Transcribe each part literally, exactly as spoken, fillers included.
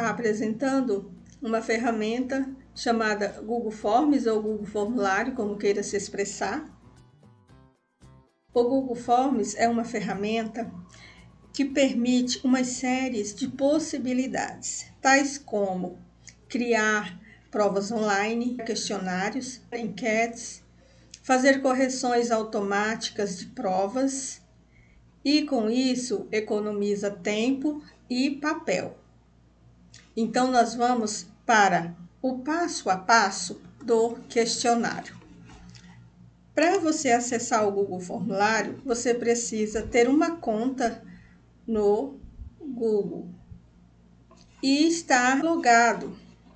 estar apresentando uma ferramenta chamada Google Forms ou Google Formulário, como queira se expressar. O Google Forms é uma ferramenta que permite uma série de possibilidades, tais como criar provas online, questionários, enquetes, fazer correções automáticas de provas e, com isso, economiza tempo e papel. Então, nós vamos para o passo a passo do questionário. Para você acessar o Google Formulário, você precisa ter uma conta no Google e estar logado.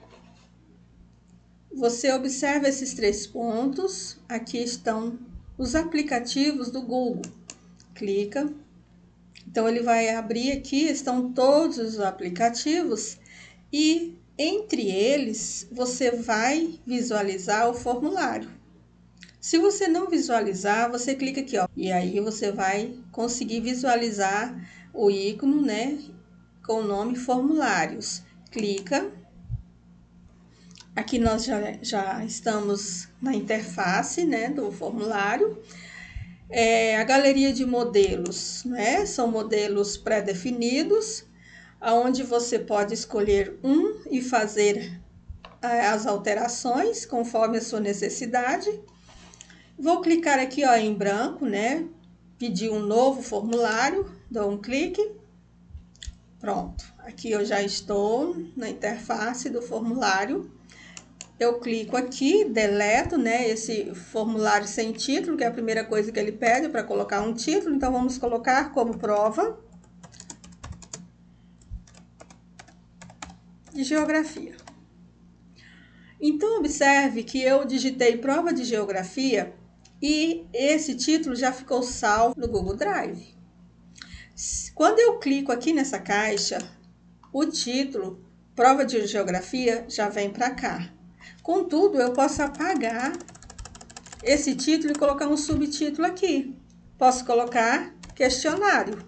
Você observa esses três pontos, aqui estão os aplicativos do Google. Clica, então ele vai abrir aqui, estão todos os aplicativos e entre eles você vai visualizar o formulário. Se você não visualizar, você clica aqui, ó, e aí você vai conseguir visualizar o ícone, né, com o nome formulários. Clica. Aqui nós já, já estamos na interface, né, do formulário. É, a galeria de modelos, né, são modelos pré-definidos, onde você pode escolher um e fazer as alterações conforme a sua necessidade. Vou clicar aqui, ó, em branco, né, pedir um novo formulário, dou um clique. Pronto, aqui eu já estou na interface do formulário. Eu clico aqui, deleto, né, esse formulário sem título, que é a primeira coisa que ele pede para colocar um título. Então, vamos colocar como prova de geografia. Então, observe que eu digitei prova de geografia e esse título já ficou salvo no Google Drive. Quando eu clico aqui nessa caixa, o título, prova de geografia, já vem para cá. Contudo, eu posso apagar esse título e colocar um subtítulo aqui. Posso colocar questionário.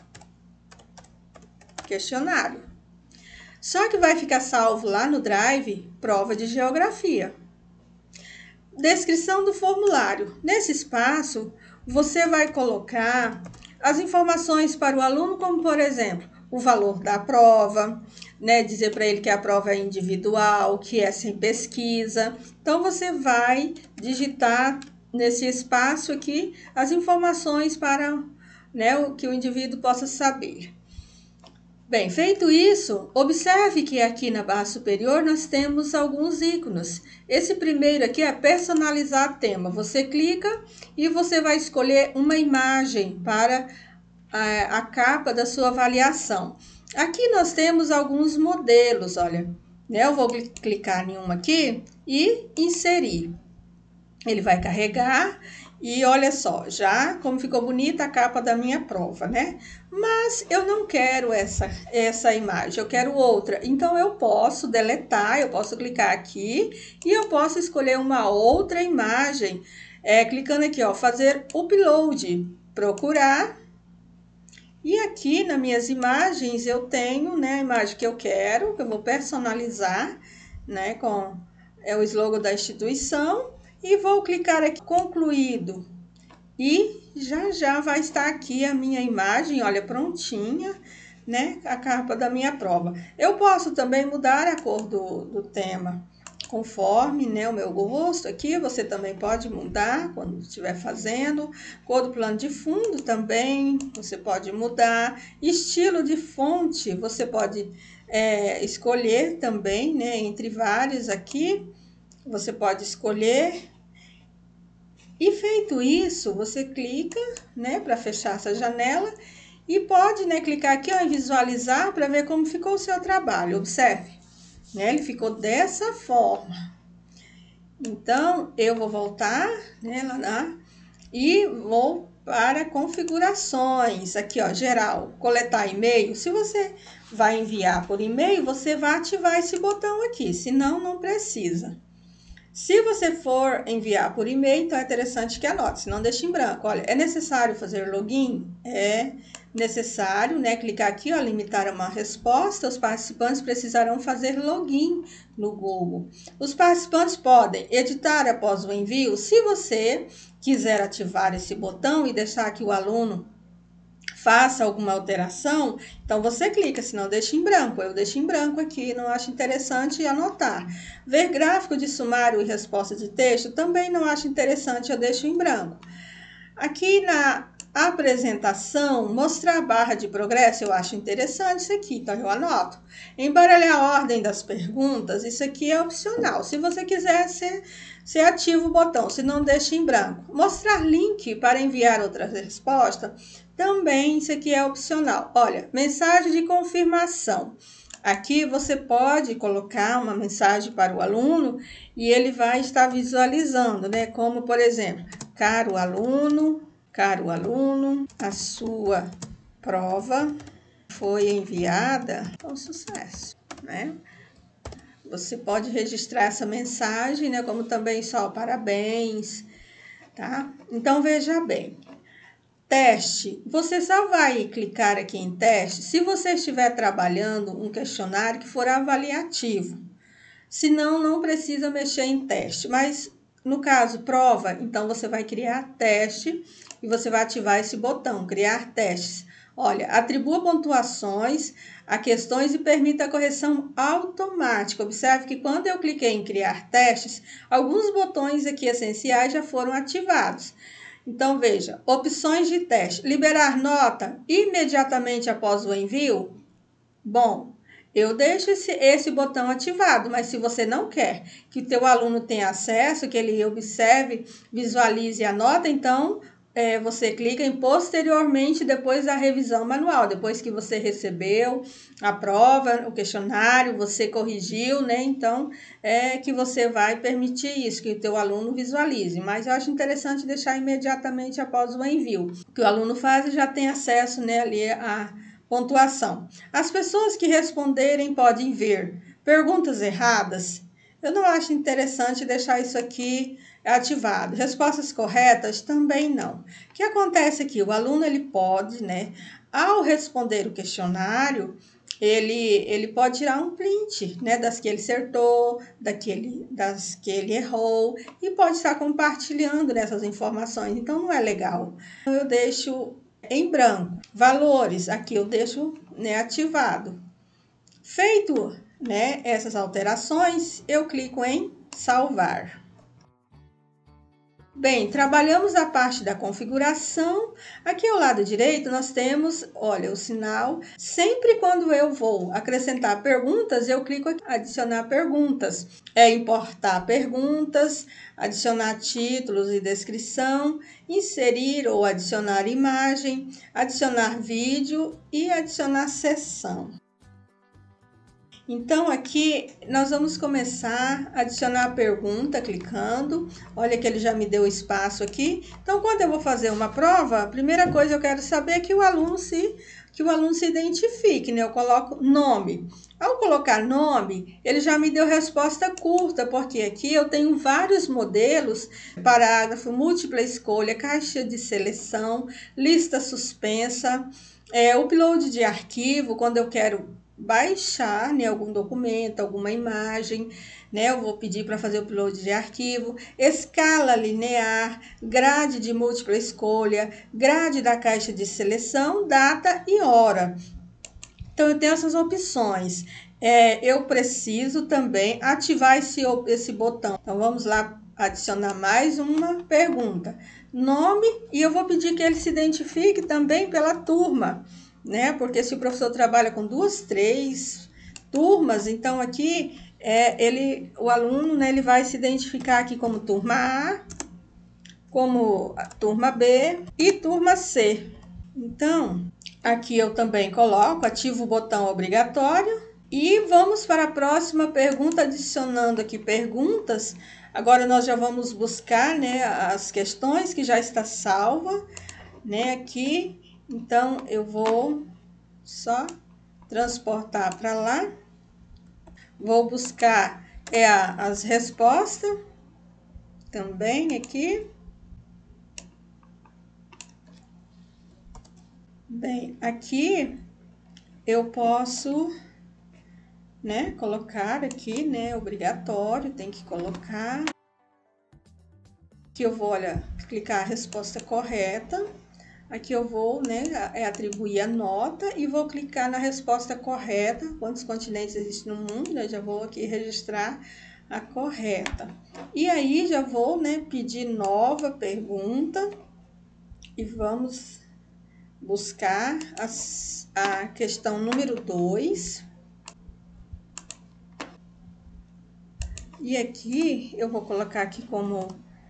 Questionário. Só que vai ficar salvo lá no Drive, prova de geografia. Descrição do formulário. Nesse espaço, você vai colocar as informações para o aluno, como por exemplo, o valor da prova, né, dizer para ele que a prova é individual, que é sem pesquisa. Então, você vai digitar nesse espaço aqui as informações para, né, o que o indivíduo possa saber. Bem, feito isso, observe que aqui na barra superior nós temos alguns ícones. Esse primeiro aqui é personalizar tema. Você clica e você vai escolher uma imagem para a, a capa da sua avaliação. Aqui nós temos alguns modelos, olha, né? Eu vou clicar em uma aqui e inserir. Ele vai carregar e olha só, já como ficou bonita a capa da minha prova, né? Mas eu não quero essa, essa imagem, eu quero outra. Então, eu posso deletar, eu posso clicar aqui e eu posso escolher uma outra imagem, é, clicando aqui, ó, fazer upload, procurar. E aqui nas minhas imagens eu tenho, né, a imagem que eu quero, que eu vou personalizar, né, com é o slogan da instituição. E vou clicar aqui, concluído. E já já vai estar aqui a minha imagem, olha, prontinha, né? A capa da minha prova. Eu posso também mudar a cor do, do tema, conforme, né, o meu gosto aqui. Você também pode mudar quando estiver fazendo. Cor do plano de fundo também, você pode mudar. Estilo de fonte, você pode é, escolher também, né? Entre vários aqui, você pode escolher. E feito isso, você clica, né, para fechar essa janela e pode, né, clicar aqui, ó, em visualizar para ver como ficou o seu trabalho. Observe, né, ele ficou dessa forma. Então, eu vou voltar, né, lá na, e vou para configurações, aqui, ó, geral, coletar e-mail. Se você vai enviar por e-mail, você vai ativar esse botão aqui, senão não precisa. Se você for enviar por e-mail, então é interessante que anote, se não deixe em branco. Olha, é necessário fazer login? É necessário, né? Clicar aqui, ó, limitar a uma resposta. Os participantes precisarão fazer login no Google. Os participantes podem editar após o envio. Se você quiser ativar esse botão e deixar que o aluno faça alguma alteração, então você clica, senão deixa em branco. Eu deixo em branco aqui, não acho interessante anotar. Ver gráfico de sumário e resposta de texto, também não acho interessante, eu deixo em branco. Aqui na apresentação, mostrar a barra de progresso, eu acho interessante isso aqui, então eu anoto. Embaralhar a ordem das perguntas, isso aqui é opcional. Se você quiser, você, você ativa o botão, se não deixa em branco. Mostrar link para enviar outra resposta, também isso aqui é opcional. Olha, mensagem de confirmação. Aqui você pode colocar uma mensagem para o aluno e ele vai estar visualizando, né? Como, por exemplo, caro aluno, caro aluno, a sua prova foi enviada com sucesso, né? Você pode registrar essa mensagem, né? Como também só parabéns, tá? Então, veja bem. Teste, você só vai clicar aqui em teste se você estiver trabalhando um questionário que for avaliativo. Senão, não precisa mexer em teste. Mas, no caso, prova, então você vai criar teste e você vai ativar esse botão, criar testes. Olha, atribua pontuações a questões e permita a correção automática. Observe que quando eu cliquei em criar testes, alguns botões aqui essenciais já foram ativados. Então, veja, opções de teste. Liberar nota imediatamente após o envio? Bom, eu deixo esse, esse botão ativado, mas se você não quer que o teu aluno tenha acesso, que ele observe, visualize a nota, então é, você clica em posteriormente, depois da revisão manual, depois que você recebeu a prova, o questionário, você corrigiu, né? Então, é que você vai permitir isso, que o teu aluno visualize. Mas eu acho interessante deixar imediatamente após o envio. O que o aluno faz e já tem acesso, né, ali a pontuação. As pessoas que responderem podem ver perguntas erradas. Eu não acho interessante deixar isso aqui ativado. Respostas corretas também não. O que acontece aqui? O aluno ele pode, né, ao responder o questionário, ele, ele pode tirar um print, né, das que ele acertou, daquele, das que ele errou, e pode estar compartilhando nessas informações. Então, não é legal. Eu deixo em branco. Valores, aqui eu deixo, né, ativado. Feito, né, essas alterações, eu clico em salvar. Bem, trabalhamos a parte da configuração. Aqui ao lado direito nós temos, olha, o sinal. Sempre quando eu vou acrescentar perguntas, eu clico aqui, adicionar perguntas. É importar perguntas, adicionar títulos e descrição, inserir ou adicionar imagem, adicionar vídeo e adicionar seção. Então, aqui nós vamos começar a adicionar a pergunta, clicando. Olha que ele já me deu espaço aqui. Então, quando eu vou fazer uma prova, a primeira coisa eu quero saber é que o aluno se, que o aluno se identifique, né? Eu coloco nome. Ao colocar nome, ele já me deu resposta curta, porque aqui eu tenho vários modelos, parágrafo, múltipla escolha, caixa de seleção, lista suspensa, é, upload de arquivo, quando eu quero baixar, né, algum documento, alguma imagem, né, eu vou pedir para fazer o upload de arquivo, escala linear, grade de múltipla escolha, grade da caixa de seleção, data e hora. Então, eu tenho essas opções. É, eu preciso também ativar esse, esse botão. Então, vamos lá adicionar mais uma pergunta. Nome, e eu vou pedir que ele se identifique também pela turma, né? Porque se o professor trabalha com duas, três turmas, então aqui é, ele, o aluno, né, ele vai se identificar aqui como turma A, como turma B e turma C. Então, aqui eu também coloco, ativo o botão obrigatório e vamos para a próxima pergunta, adicionando aqui perguntas. Agora nós já vamos buscar, né, as questões que já está salva, né, aqui. Então, eu vou só transportar para lá. Vou buscar é, a, as respostas. também aqui. Bem, aqui eu posso, né, colocar aqui, né, obrigatório, tem que colocar. Aqui eu vou, olha, clicar a resposta correta. Aqui eu vou, né, é atribuir a nota e vou clicar na resposta correta. Quantos continentes existem no mundo? Eu já vou aqui registrar a correta. E aí já vou, né, pedir nova pergunta e vamos buscar as, a questão número dois. E aqui eu vou colocar aqui como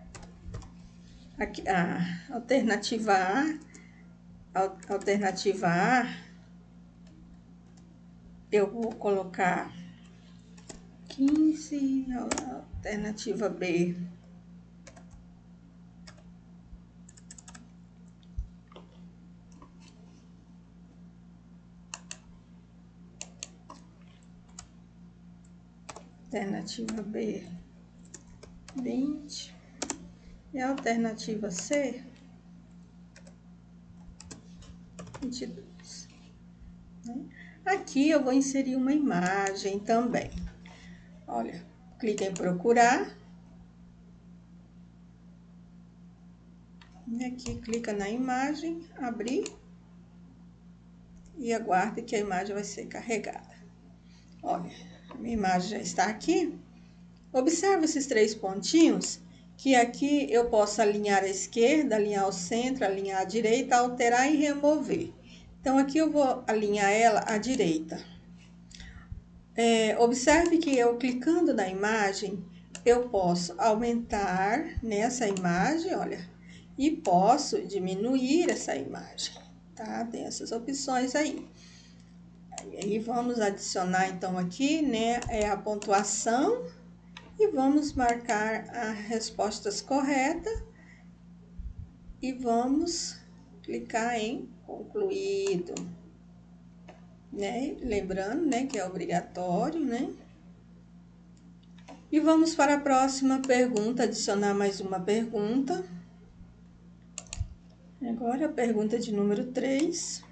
aqui, a alternativa A, alternativa A, eu vou colocar quinze, alternativa B. Alternativa B, vinte. E a alternativa C, vinte e dois. Aqui eu vou inserir uma imagem também. Olha, clica em procurar. E aqui clica na imagem, abrir. E aguarde que a imagem vai ser carregada. Olha, a minha imagem já está aqui. Observe esses três pontinhos, que aqui eu posso alinhar à esquerda, alinhar ao centro, alinhar à direita, alterar e remover. Então, aqui eu vou alinhar ela à direita. É, observe que eu clicando na imagem, eu posso aumentar nessa imagem, olha, e posso diminuir essa imagem, tá? Tem essas opções aí. E vamos adicionar, então, aqui, né, é a pontuação. E vamos marcar as respostas corretas e vamos clicar em concluído, né? Lembrando, né, que é obrigatório, né? E vamos para a próxima pergunta, adicionar mais uma pergunta. Agora a pergunta de número três.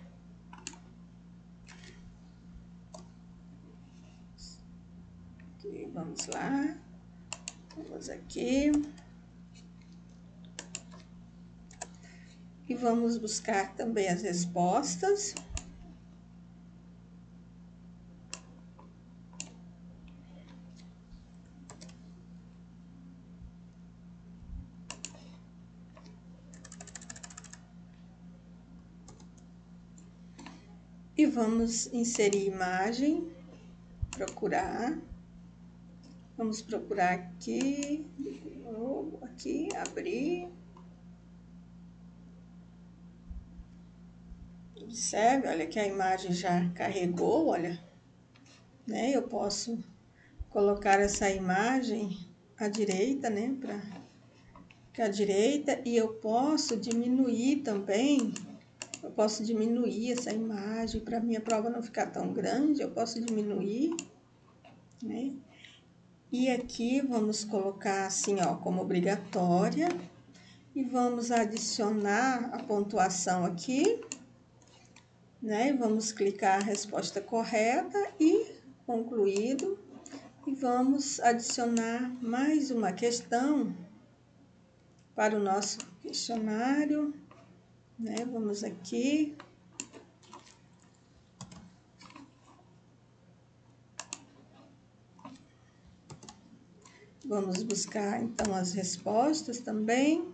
Aqui, vamos lá. Vamos aqui. E vamos buscar também as respostas. E vamos inserir imagem, procurar. Vamos procurar aqui, de novo, aqui, abrir. Observe, olha que a imagem já carregou, olha, né? Eu posso colocar essa imagem à direita, né? Para à direita, e eu posso diminuir também, eu posso diminuir essa imagem, para minha prova não ficar tão grande, eu posso diminuir, né? E aqui vamos colocar assim, ó, como obrigatória, e vamos adicionar a pontuação aqui, né? Vamos clicar a resposta correta e concluído. E vamos adicionar mais uma questão para o nosso questionário, né? Vamos aqui. Vamos buscar, então, as respostas também.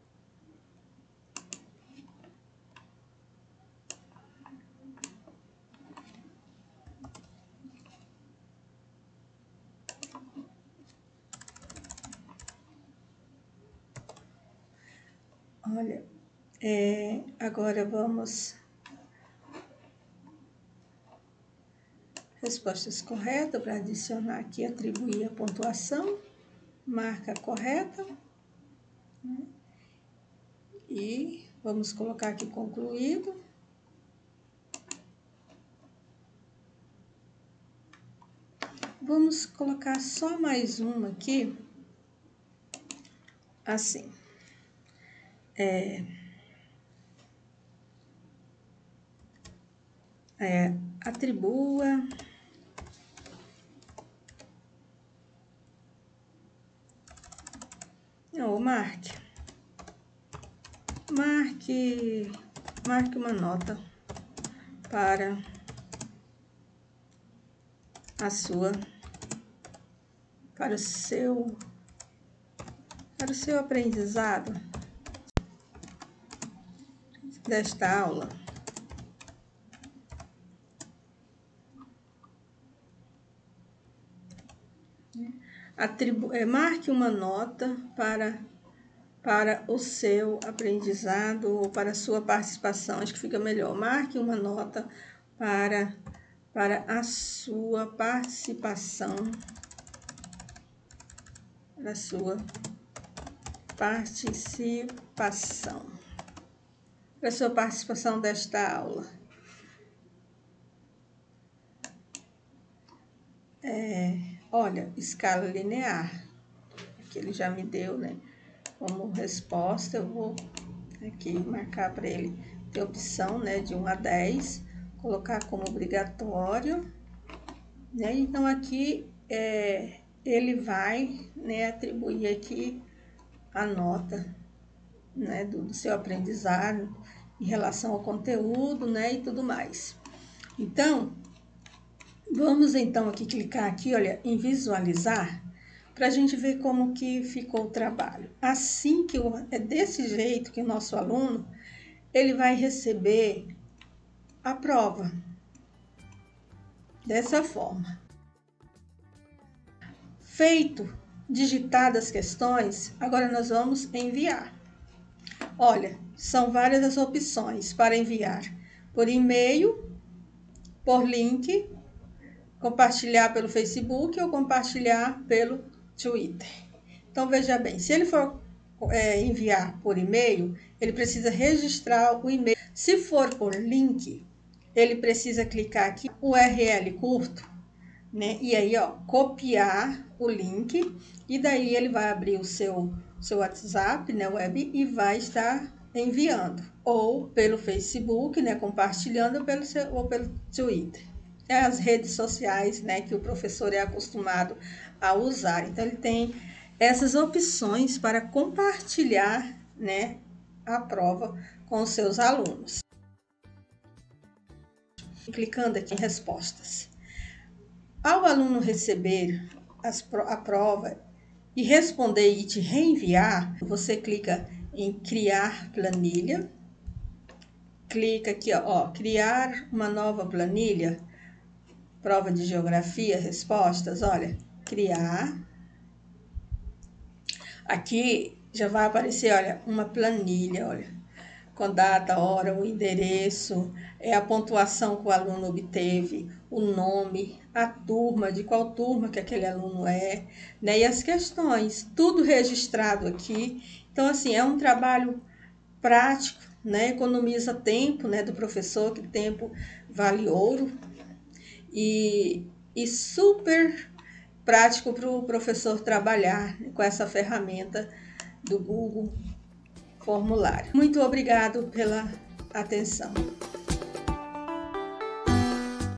Olha, é, agora vamos... Respostas corretas, para adicionar aqui, atribuir a pontuação. Marca correta. Né? E vamos colocar aqui concluído. Vamos colocar só mais uma aqui, assim. É, é, atribua ou marque, marque, marque uma nota para a sua, para o seu, para o seu aprendizado desta aula. Atribu é, marque uma nota para, para o seu aprendizado ou para a sua participação, acho que fica melhor. Marque uma nota para, para a sua participação, para a sua participação, para a sua participação desta aula. É, olha, escala linear, aqui ele já me deu, né, como resposta. Eu vou aqui marcar para ele ter opção, né, de um a dez, colocar como obrigatório, né, então aqui é, ele vai, né, atribuir aqui a nota, né, do, do seu aprendizado em relação ao conteúdo, né, e tudo mais. Então, vamos então aqui clicar aqui, olha, em visualizar, para a gente ver como que ficou o trabalho. Assim que o, é desse jeito que o nosso aluno, ele vai receber a prova, dessa forma. Feito, digitadas as questões, agora nós vamos enviar. Olha, são várias as opções para enviar: por e-mail, por link, compartilhar pelo Facebook ou compartilhar pelo Twitter. Então, veja bem, se ele for é, enviar por e-mail, ele precisa registrar o e-mail. Se for por link, ele precisa clicar aqui, U R L curto, né? E aí, ó, copiar o link, e daí ele vai abrir o seu, seu WhatsApp, né, web, e vai estar enviando, ou pelo Facebook, né, compartilhando, pelo seu, ou pelo Twitter. É as redes sociais, né, que o professor é acostumado a usar. Então, ele tem essas opções para compartilhar, né, a prova com os seus alunos. Clicando aqui em respostas. Ao aluno receber as, a prova e responder e te reenviar, você clica em criar planilha. Clica aqui, ó, criar uma nova planilha. Prova de geografia, respostas, olha, criar. Aqui já vai aparecer, olha, uma planilha, olha, com data, hora, o endereço, é a pontuação que o aluno obteve, o nome, a turma, de qual turma que aquele aluno é, né? E as questões, tudo registrado aqui. Então, assim, é um trabalho prático, né? Economiza tempo, né, do professor, que tempo vale ouro. E, e super prático para o professor trabalhar com essa ferramenta do Google Formulário. Muito obrigado pela atenção.